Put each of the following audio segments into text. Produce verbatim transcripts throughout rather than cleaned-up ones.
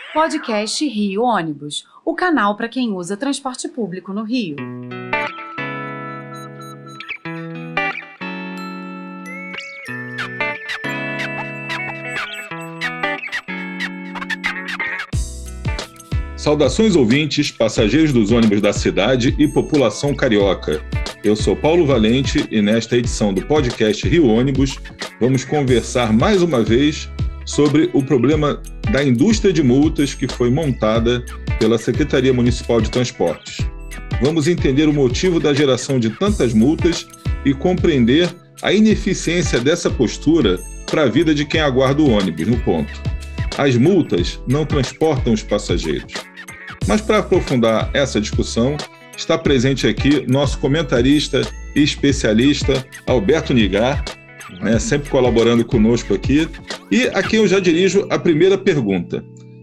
Podcast Rio Ônibus, o canal para quem usa transporte público no Rio. Saudações ouvintes, passageiros dos ônibus da cidade e população carioca. Eu sou Paulo Valente e nesta edição do podcast Rio Ônibus vamos conversar mais uma vez sobre o problema da indústria de multas que foi montada pela Secretaria Municipal de Transportes. Vamos entender o motivo da geração de tantas multas e compreender a ineficiência dessa postura para a vida de quem aguarda o ônibus no ponto. As multas não transportam os passageiros. Mas para aprofundar essa discussão, está presente aqui nosso comentarista e especialista, Alberto Nigar, né, sempre colaborando conosco aqui, e a quem eu já dirijo a primeira pergunta.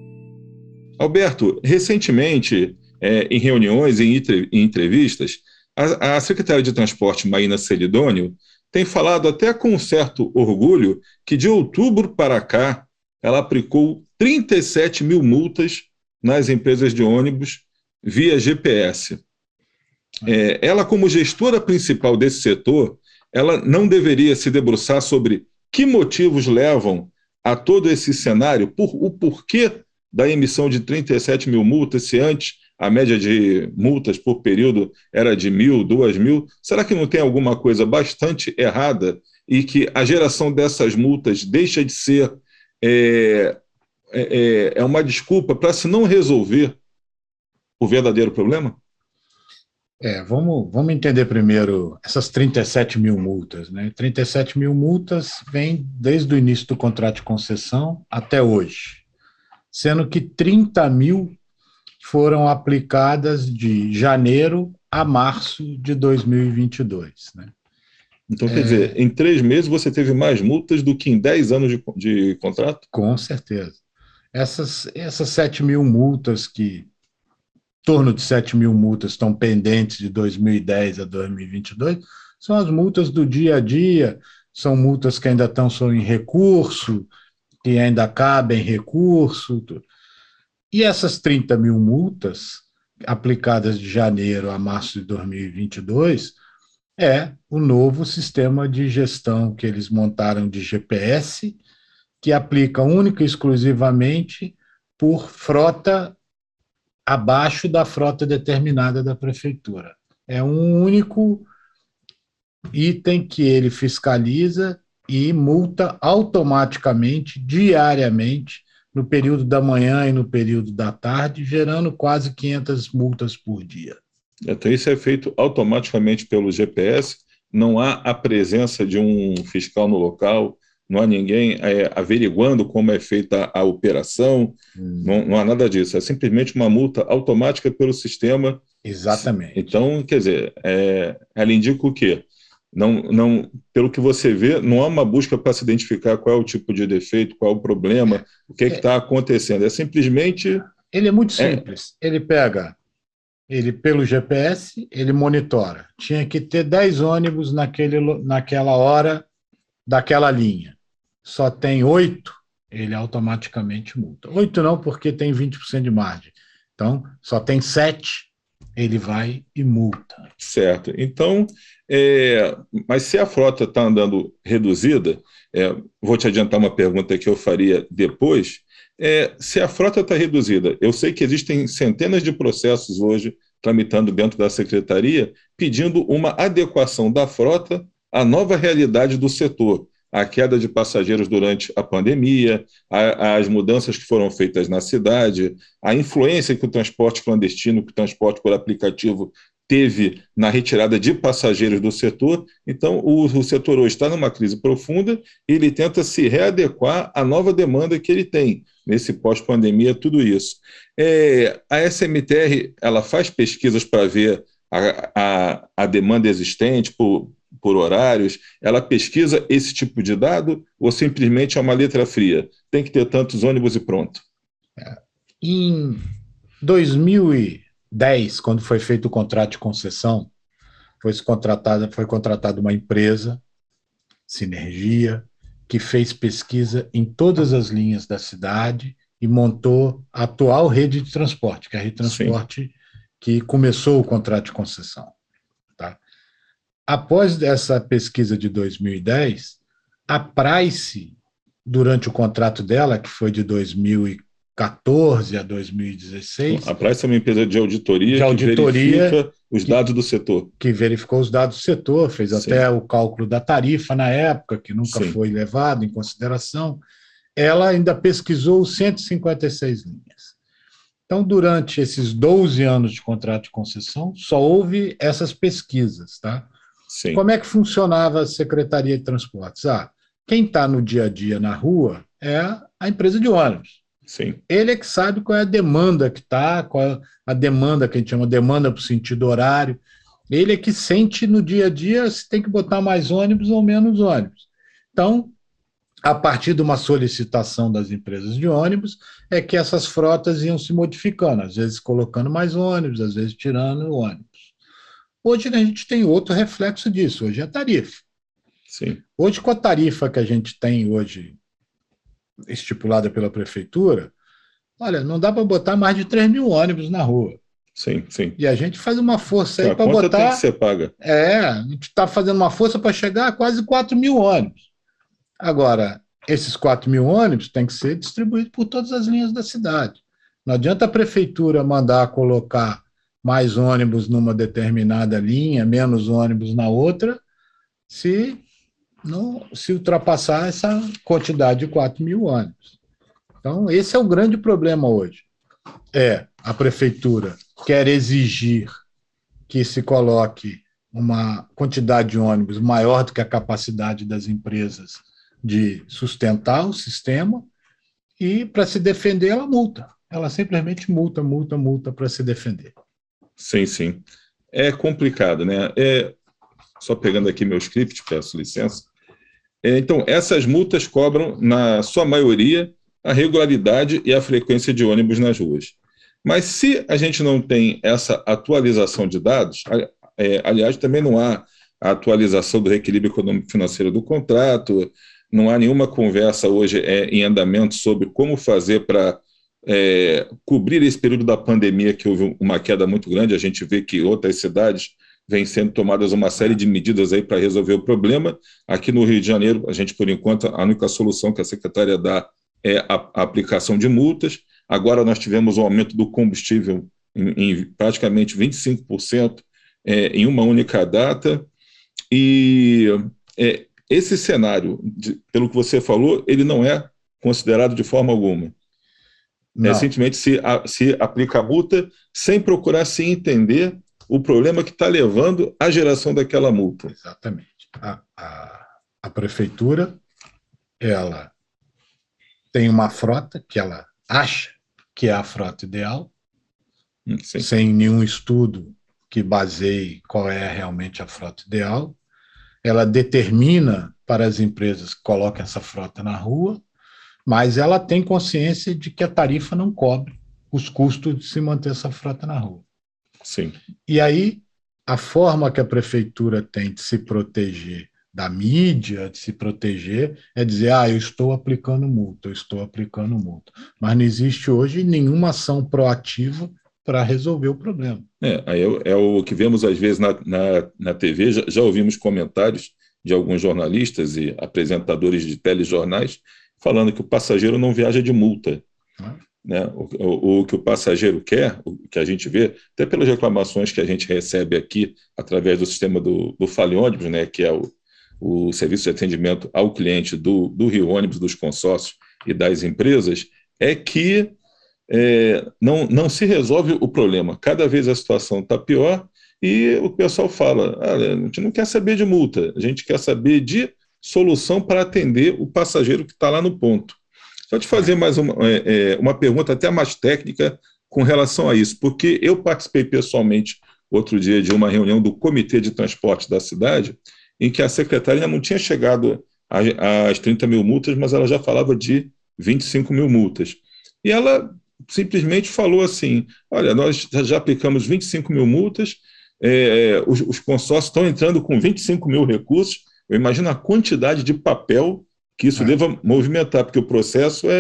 Alberto, recentemente, é, em reuniões e em entrevistas, a, a secretária de Transporte, Maína Celidônio, tem falado até com um certo orgulho que de outubro para cá ela aplicou trinta e sete mil multas nas empresas de ônibus via G P S. É, ela, como gestora principal desse setor, ela não deveria se debruçar sobre que motivos levam a todo esse cenário, por, o porquê da emissão de trinta e sete mil multas, se antes a média de multas por período era de mil, duas mil. Será que não tem alguma coisa bastante errada e que a geração dessas multas deixa de ser é, é, é uma desculpa para se não resolver o verdadeiro problema? É, vamos, vamos entender primeiro essas trinta e sete mil multas, né? trinta e sete mil multas vêm desde o início do contrato de concessão até hoje, sendo que trinta mil foram aplicadas de janeiro a março de dois mil e vinte e dois, né? Então, quer é... dizer, em três meses você teve mais multas do que em dez anos de, de contrato? Com certeza. Essas, essas sete mil multas que em torno de sete mil multas estão pendentes de dois mil e dez a dois mil e vinte e dois, são as multas do dia a dia, são multas que ainda estão só em recurso, que ainda cabem recurso. Tudo. E essas trinta mil multas, aplicadas de janeiro a março de dois mil e vinte e dois, é o novo sistema de gestão que eles montaram de G P S, que aplica única e exclusivamente por frota abaixo da frota determinada da prefeitura. É um único item que ele fiscaliza e multa automaticamente, diariamente, no período da manhã e no período da tarde, gerando quase quinhentas multas por dia. Então isso é feito automaticamente pelo G P S, não há a presença de um fiscal no local, não há ninguém é, averiguando como é feita a operação, hum. não, não há nada disso, é simplesmente uma multa automática pelo sistema. Exatamente. Então, quer dizer, é, ela indica o quê? Não, não, pelo que você vê, não há uma busca para se identificar qual é o tipo de defeito, qual é o problema, o que é que está acontecendo, é simplesmente... Ele é muito simples, é... ele pega, ele pelo G P S, ele monitora, tinha que ter dez ônibus naquele, naquela hora daquela linha. Só tem oito, ele automaticamente multa. Oito não, porque tem vinte por cento de margem. Então, só tem sete, ele vai e multa. Certo. Então, é, mas se a frota está andando reduzida, é, vou te adiantar uma pergunta que eu faria depois, é, se a frota está reduzida, eu sei que existem centenas de processos hoje tramitando dentro da secretaria, pedindo uma adequação da frota à nova realidade do setor, a queda de passageiros durante a pandemia, a, as mudanças que foram feitas na cidade, a influência que o transporte clandestino, que o transporte por aplicativo teve na retirada de passageiros do setor. Então, o, o setor hoje está numa crise profunda e ele tenta se readequar à nova demanda que ele tem nesse pós-pandemia, tudo isso. É, a S M T R ela faz pesquisas para ver a, a, a demanda existente por por horários, ela pesquisa esse tipo de dado ou simplesmente é uma letra fria? Tem que ter tantos ônibus e pronto. É. Em dois mil e dez, quando foi feito o contrato de concessão, foi contratada, foi contratada uma empresa, Sinergia, que fez pesquisa em todas as linhas da cidade e montou a atual rede de transporte, que é a rede de transporte Sim. que começou o contrato de concessão. Tá? Após essa pesquisa de dois mil e dez, a Price, durante o contrato dela, que foi de dois mil e quatorze a dois mil e dezesseis... A Price é uma empresa de auditoria, de auditoria que verifica os dados que, do setor. Que verificou os dados do setor, fez Sim. até o cálculo da tarifa na época, que nunca Sim. foi levado em consideração. Ela ainda pesquisou cento e cinquenta e seis linhas. Então, durante esses doze anos de contrato de concessão, só houve essas pesquisas. Tá? Sim. Como é que funcionava a Secretaria de Transportes? Ah, quem está no dia a dia na rua é a empresa de ônibus. Sim. Ele é que sabe qual é a demanda que está, qual é a demanda que a gente chama demanda por sentido horário. Ele é que sente no dia a dia se tem que botar mais ônibus ou menos ônibus. Então, a partir de uma solicitação das empresas de ônibus, é que essas frotas iam se modificando, às vezes colocando mais ônibus, às vezes tirando ônibus. Hoje a gente tem outro reflexo disso, hoje é a tarifa. Sim. Hoje, com a tarifa que a gente tem hoje estipulada pela prefeitura, olha, não dá para botar mais de três mil ônibus na rua. Sim, sim. E a gente faz uma força aí para botar... A botar... conta tem que ser paga. É, a gente está fazendo uma força para chegar a quase quatro mil ônibus. Agora, esses quatro mil ônibus têm que ser distribuídos por todas as linhas da cidade. Não adianta a prefeitura mandar colocar mais ônibus numa determinada linha, menos ônibus na outra, se... não se ultrapassar essa quantidade de quatro mil ônibus. Então, esse é o grande problema hoje. É, a prefeitura quer exigir que se coloque uma quantidade de ônibus maior do que a capacidade das empresas de sustentar o sistema e, para se defender, ela multa. Ela simplesmente multa, multa, multa para se defender. Sim, sim. É complicado, né? É... Só pegando aqui meu script, peço licença. Então, essas multas cobram, na sua maioria, a regularidade e a frequência de ônibus nas ruas. Mas se a gente não tem essa atualização de dados, é, aliás, também não há a atualização do reequilíbrio econômico-financeiro do contrato, não há nenhuma conversa hoje é, em andamento sobre como fazer para é, cobrir esse período da pandemia, que houve uma queda muito grande. A gente vê que outras cidades vem sendo tomadas uma série de medidas aí para resolver o problema. Aqui no Rio de Janeiro, a gente, por enquanto, a única solução que a secretária dá é a, a aplicação de multas. Agora nós tivemos um aumento do combustível em, em praticamente vinte e cinco por cento é, em uma única data. E é, esse cenário, de, pelo que você falou, ele não é considerado de forma alguma. Não. É simplesmente se, a, se aplica a multa sem procurar se entender o problema que está levando à geração daquela multa. Exatamente. A, a, a prefeitura, ela tem uma frota que ela acha que é a frota ideal, Sim. sem nenhum estudo que baseie qual é realmente a frota ideal. Ela determina para as empresas que coloquem essa frota na rua, mas ela tem consciência de que a tarifa não cobre os custos de se manter essa frota na rua. Sim. E aí, a forma que a prefeitura tem de se proteger da mídia, de se proteger, é dizer, ah, eu estou aplicando multa, eu estou aplicando multa. Mas não existe hoje nenhuma ação proativa para resolver o problema. É, aí é, é o que vemos às vezes na, na, na T V, já, já ouvimos comentários de alguns jornalistas e apresentadores de telejornais falando que o passageiro não viaja de multa. Ah. Né? O, o, o que o passageiro quer, o que a gente vê, até pelas reclamações que a gente recebe aqui através do sistema do, do Fale Ônibus, né, que é o, o serviço de atendimento ao cliente do, do Rio Ônibus, dos consórcios e das empresas, é que é, não, não se resolve o problema. Cada vez a situação está pior e o pessoal fala, ah, a gente não quer saber de multa, a gente quer saber de solução para atender o passageiro que está lá no ponto. Só te fazer mais uma, é, uma pergunta até mais técnica com relação a isso, porque eu participei pessoalmente outro dia de uma reunião do Comitê de Transporte da cidade, em que a secretária não tinha chegado às trinta mil multas, mas ela já falava de vinte e cinco mil multas. E ela simplesmente falou assim, olha, nós já aplicamos vinte e cinco mil multas, é, os, os consórcios estão entrando com vinte e cinco mil recursos, eu imagino a quantidade de papel que isso é. deva movimentar, porque o processo é,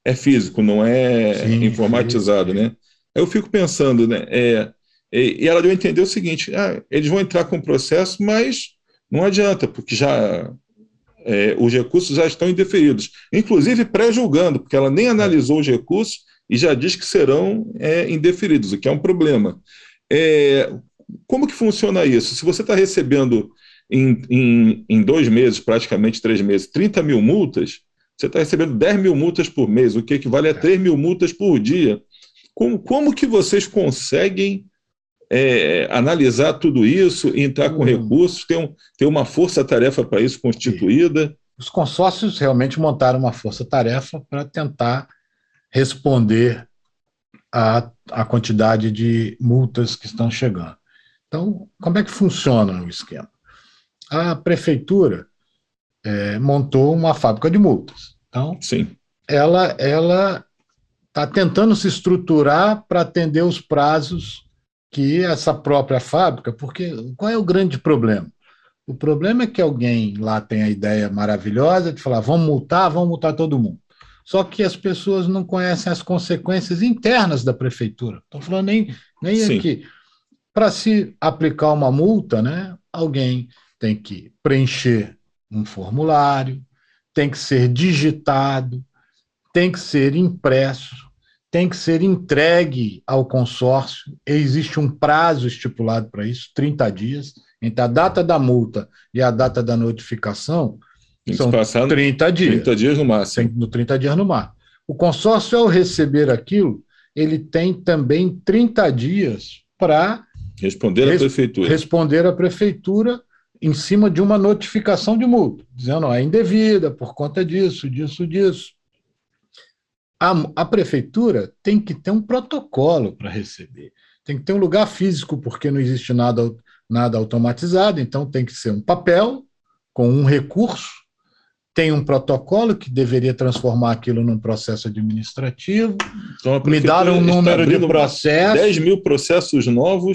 é físico, não é Sim, informatizado, sim. né? Aí eu fico pensando, né? É, e, e ela deu a entender o seguinte: ah, eles vão entrar com o processo, mas não adianta, porque já é, os recursos já estão indeferidos, inclusive pré-julgando, porque ela nem É. analisou os recursos e já diz que serão é, indeferidos, o que é um problema. É, como que funciona isso? Se você está recebendo em, em, em dois meses, praticamente três meses, trinta mil multas, você está recebendo dez mil multas por mês, o que equivale a três mil multas por dia. Como, como que vocês conseguem é, analisar tudo isso, entrar com Hum, recursos, ter, um, ter uma força-tarefa para isso e constituída? os consórcios realmente montaram uma força-tarefa para tentar responder à, à quantidade de multas que estão chegando. Então, como é que funciona o esquema? A prefeitura é, montou uma fábrica de multas. Então, Sim, ela ela está tentando se estruturar para atender os prazos que essa própria fábrica, porque qual é o grande problema? O problema é que alguém lá tem a ideia maravilhosa de falar, vamos multar, vamos multar todo mundo. Só que as pessoas não conhecem as consequências internas da prefeitura. Estou falando nem, nem sim. aqui. Para se aplicar uma multa, né, alguém tem que preencher um formulário, tem que ser digitado, tem que ser impresso, tem que ser entregue ao consórcio. Existe um prazo estipulado para isso, trinta dias. Entre a data da multa e a data da notificação, Tem que se são passar trinta dias. trinta dias no máximo. Tem no trinta dias no máximo. O consórcio, ao receber aquilo, ele tem também trinta dias para Responder à res, prefeitura. responder à prefeitura em cima de uma notificação de multa, dizendo, ó, é indevida por conta disso, disso, disso. A, a prefeitura tem que ter um protocolo para receber. Tem que ter um lugar físico, porque não existe nada, nada automatizado, então tem que ser um papel com um recurso, tem um protocolo que deveria transformar aquilo num processo administrativo, Então, me dar um número de processo. dez mil processos novos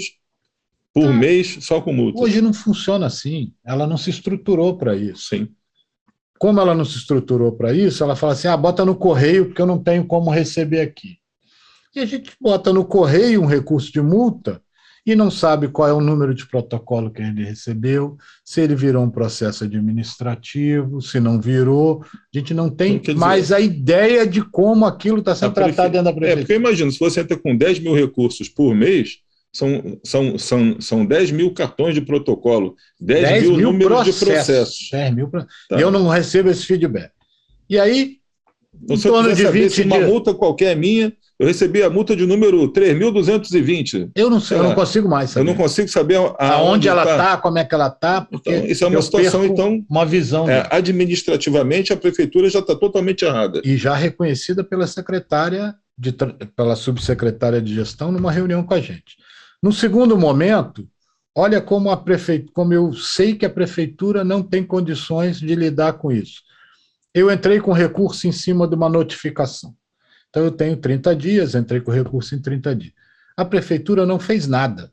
por Ah, mês só com multas. Hoje não funciona assim, ela não se estruturou para isso. Sim. Como ela não se estruturou para isso, ela fala assim, ah, bota no correio, porque eu não tenho como receber aqui. E a gente bota no correio um recurso de multa e não sabe qual é o número de protocolo que ele recebeu, se ele virou um processo administrativo, se não virou. A gente não tem então, mais dizer, a ideia de como aquilo está sendo prefe... tratado dentro da prefeitura. É, porque eu imagino, se você entra com dez mil recursos por mês, são, são, são, são dez mil cartões de protocolo, dez mil números de processos. dez mil pro... Tá. E eu não recebo esse feedback. E aí, então, em se eu torno quiser de saber vinte se uma dias... multa qualquer minha, eu recebi a multa de número três mil duzentos e vinte. Eu não sei, eu não consigo mais saber. Eu não consigo saber aonde, aonde ela está, tá, como é que ela está, porque então, isso é uma eu situação, perco então, uma visão. É, administrativamente, a prefeitura já está totalmente errada. E já reconhecida pela secretária, de, pela subsecretária de gestão, numa reunião com a gente. No segundo momento, olha como, a prefeitura, como eu sei que a prefeitura não tem condições de lidar com isso. Eu entrei com recurso em cima de uma notificação. Então, eu tenho trinta dias, entrei com recurso em trinta dias. A prefeitura não fez nada.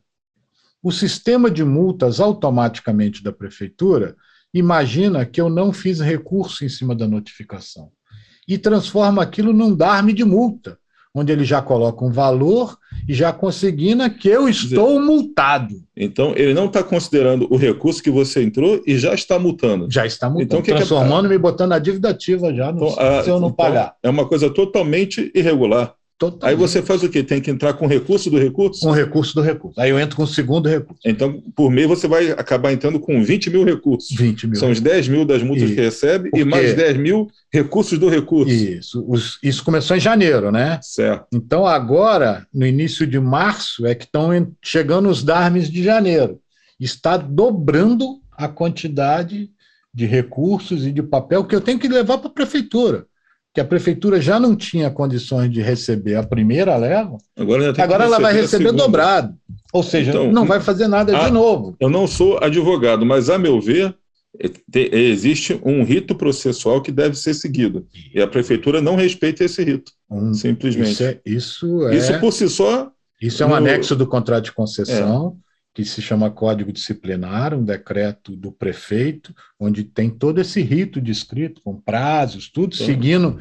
O sistema de multas automaticamente da prefeitura imagina que eu não fiz recurso em cima da notificação e transforma aquilo num D A R M de multa, onde ele já coloca um valor e já consigna que eu estou dizer, multado. Então, ele não está considerando o recurso que você entrou e já está multando. Já está multando, então, transformando e que é... me botando a dívida ativa já, no, então, a, se eu não então, pagar. É uma coisa totalmente irregular. Totalmente. Aí você faz o quê? Tem que entrar com recurso do recurso? Com recurso do recurso. Aí eu entro com o segundo recurso. Então, por mês, você vai acabar entrando com vinte mil recursos. vinte mil. São os dez mil das multas e, que recebe porque... e mais dez mil recursos do recurso. Isso. Os, isso começou em janeiro, né? Certo. Então, agora, no início de março, é que estão chegando os D A R Ms de janeiro. Está dobrando a quantidade de recursos e de papel que eu tenho que levar para a prefeitura. Que a prefeitura já não tinha condições de receber a primeira leva, agora, agora ela vai receber dobrado. Ou seja, então, não vai fazer nada a, de novo. Eu não sou advogado, mas, a meu ver, te, existe um rito processual que deve ser seguido. E a prefeitura não respeita esse rito, um, simplesmente. Isso, é, isso, é, isso por si só... Isso é um no... anexo do contrato de concessão, é. que se chama Código Disciplinar, um decreto do prefeito, onde tem todo esse rito descrito, com prazos, tudo, então, seguindo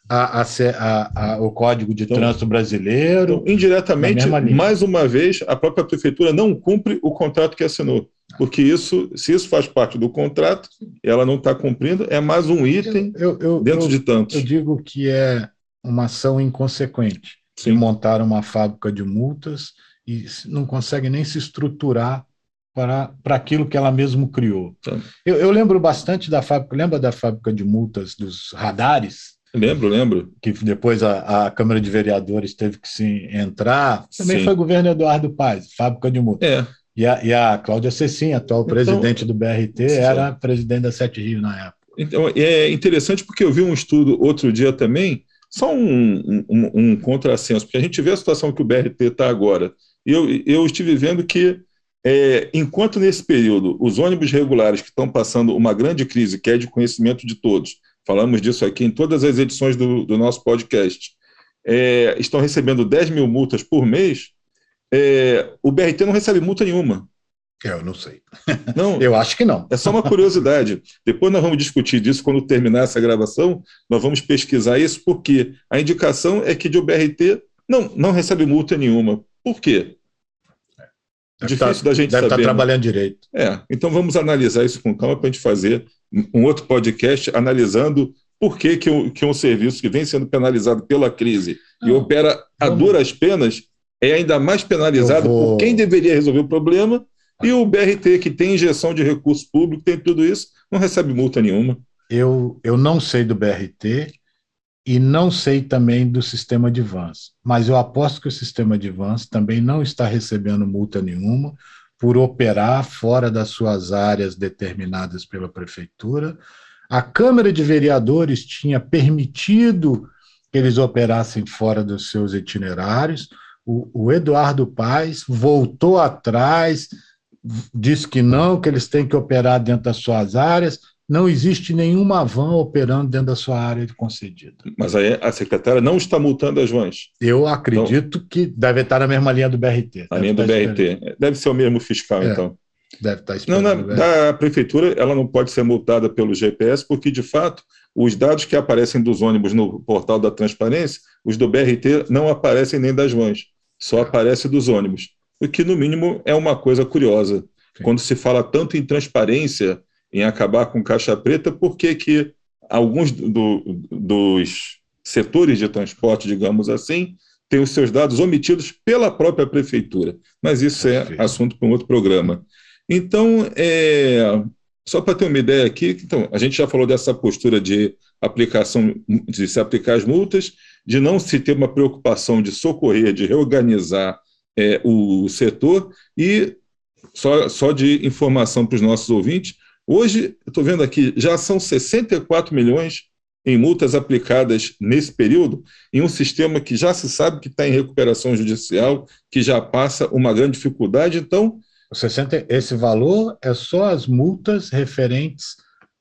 a, a, a, a, o Código de então, Trânsito Brasileiro. Então, indiretamente, mais uma vez, a própria prefeitura não cumpre o contrato que assinou. Porque isso, se isso faz parte do contrato, ela não está cumprindo, é mais um item eu, eu, dentro eu, de tantos. Eu digo que é uma ação inconsequente. Sim. De montar uma fábrica de multas e não consegue nem se estruturar para, para aquilo que ela mesmo criou. Eu, eu lembro bastante da fábrica, lembra da fábrica de multas dos radares? Lembro, lembro. Que depois a, a Câmara de Vereadores teve que se entrar. Também Sim. foi governo Eduardo Paes, fábrica de multas. É. E a, e a Cláudia Cecim, atual então, presidente do B R T, sim. era presidente da Sete Rio na época. Então, é interessante porque eu vi um estudo outro dia também, só um, um, um contrassenso, porque a gente vê a situação que o B R T está agora. E eu, eu estive vendo que, é, enquanto nesse período os ônibus regulares que estão passando uma grande crise, que é de conhecimento de todos, falamos disso aqui em todas as edições do, do nosso podcast, é, estão recebendo dez mil multas por mês, é, o B R T não recebe multa nenhuma. Eu não sei. Não, eu acho que não. É só uma curiosidade. Depois nós vamos discutir disso quando terminar essa gravação, nós vamos pesquisar isso, porque a indicação é que de o B R T não, não recebe multa nenhuma. Por quê? Deve Difícil tá, da gente deve saber. Deve estar trabalhando direito. É, então vamos analisar isso com calma para a gente fazer um outro podcast analisando por que, que, um, que um serviço que vem sendo penalizado pela crise não, e opera a vamos... duras penas é ainda mais penalizado vou... por quem deveria resolver o problema, e o B R T, que tem injeção de recurso público, tem tudo isso, não recebe multa nenhuma. Eu, eu não sei do B R T e não sei também do sistema de vans, mas eu aposto que o sistema de vans também não está recebendo multa nenhuma por operar fora das suas áreas determinadas pela prefeitura. A Câmara de Vereadores tinha permitido que eles operassem fora dos seus itinerários. O, o Eduardo Paes voltou atrás, disse que não, que eles têm que operar dentro das suas áreas. Não existe nenhuma van operando dentro da sua área concedida. Mas aí a secretária não está multando as vans? Eu acredito então, que deve estar na mesma linha do B R T. Na linha do B R T. Esperando. Deve ser o mesmo fiscal, é, então. Deve estar esperando. Não, na, da prefeitura, ela não pode ser multada pelo G P S, porque, de fato, os dados que aparecem dos ônibus no portal da transparência, os do B R T não aparecem nem das vans, só é. aparece dos ônibus. O que, no mínimo, é uma coisa curiosa. Sim. Quando se fala tanto em transparência, em acabar com caixa preta, por que que alguns do, dos setores de transporte, digamos assim, têm os seus dados omitidos pela própria prefeitura? Mas isso é Perfeito. assunto para um outro programa. Então, é, só para ter uma ideia aqui, então, a gente já falou dessa postura de aplicação, de se aplicar as multas, de não se ter uma preocupação de socorrer, de reorganizar é, o setor, e só, só de informação para os nossos ouvintes, hoje, eu estou vendo aqui, já são sessenta e quatro milhões em multas aplicadas nesse período, em um sistema que já se sabe que está em recuperação judicial, que já passa uma grande dificuldade. Então, sessenta, esse valor é só as multas referentes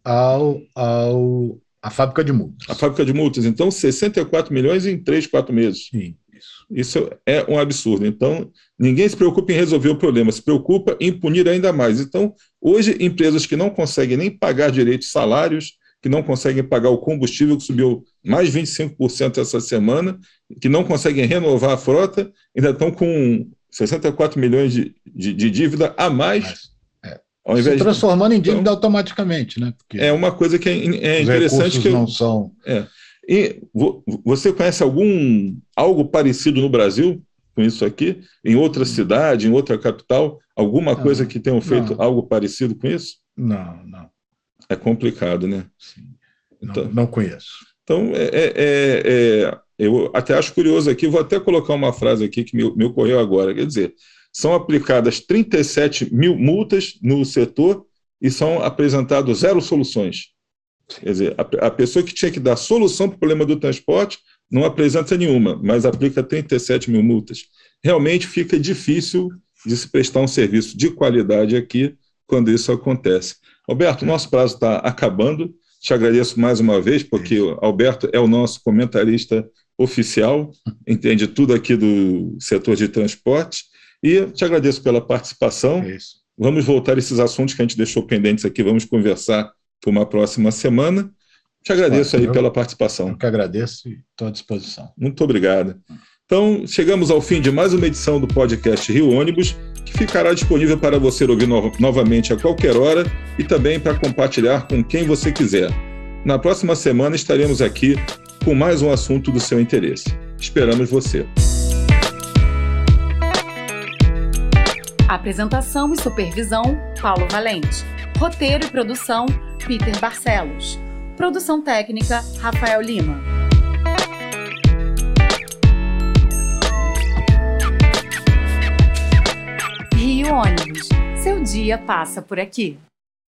ao, ao, à fábrica de multas. A fábrica de multas. Então, sessenta e quatro milhões em três, quatro meses. Sim, isso. Isso é um absurdo. Então, ninguém se preocupa em resolver o problema, se preocupa em punir ainda mais. Então, hoje, empresas que não conseguem nem pagar direito salários, que não conseguem pagar o combustível, que subiu mais de vinte e cinco por cento essa semana, que não conseguem renovar a frota, ainda estão com sessenta e quatro milhões de, de, de dívida a mais. Mas, é, ao invés se transformando de, em dívida então, automaticamente, né? Porque é uma coisa que é, é interessante. Que não são... É. E você conhece algum algo parecido no Brasil com isso aqui? Em outra cidade, em outra capital? Alguma não, coisa que tenham feito não. algo parecido com isso? Não, não. É complicado, né? Sim. Então, não, não conheço. Então, é, é, é, eu até acho curioso aqui, vou até colocar uma frase aqui que me, me ocorreu agora. Quer dizer, são aplicadas trinta e sete mil multas no setor e são apresentadas zero soluções. Quer dizer, a, a pessoa que tinha que dar solução para o problema do transporte não apresenta nenhuma, mas aplica trinta e sete mil multas. Realmente fica difícil de se prestar um serviço de qualidade aqui quando isso acontece. Alberto, nosso prazo está acabando. Te agradeço mais uma vez, porque o Alberto é o nosso comentarista oficial, entende tudo aqui do setor de transporte, e te agradeço pela participação. Isso. Vamos voltar a esses assuntos que a gente deixou pendentes aqui, vamos conversar por uma próxima semana. Te agradeço aí pela participação. Eu que agradeço e estou à disposição. Muito obrigado. Então, chegamos ao fim de mais uma edição do podcast Rio Ônibus, que ficará disponível para você ouvir no- novamente a qualquer hora e também para compartilhar com quem você quiser. Na próxima semana estaremos aqui com mais um assunto do seu interesse. Esperamos você. Apresentação e supervisão, Paulo Valente. Roteiro e produção, Peter Barcelos. Produção técnica, Rafael Lima. Rio Ônibus. Seu dia passa por aqui.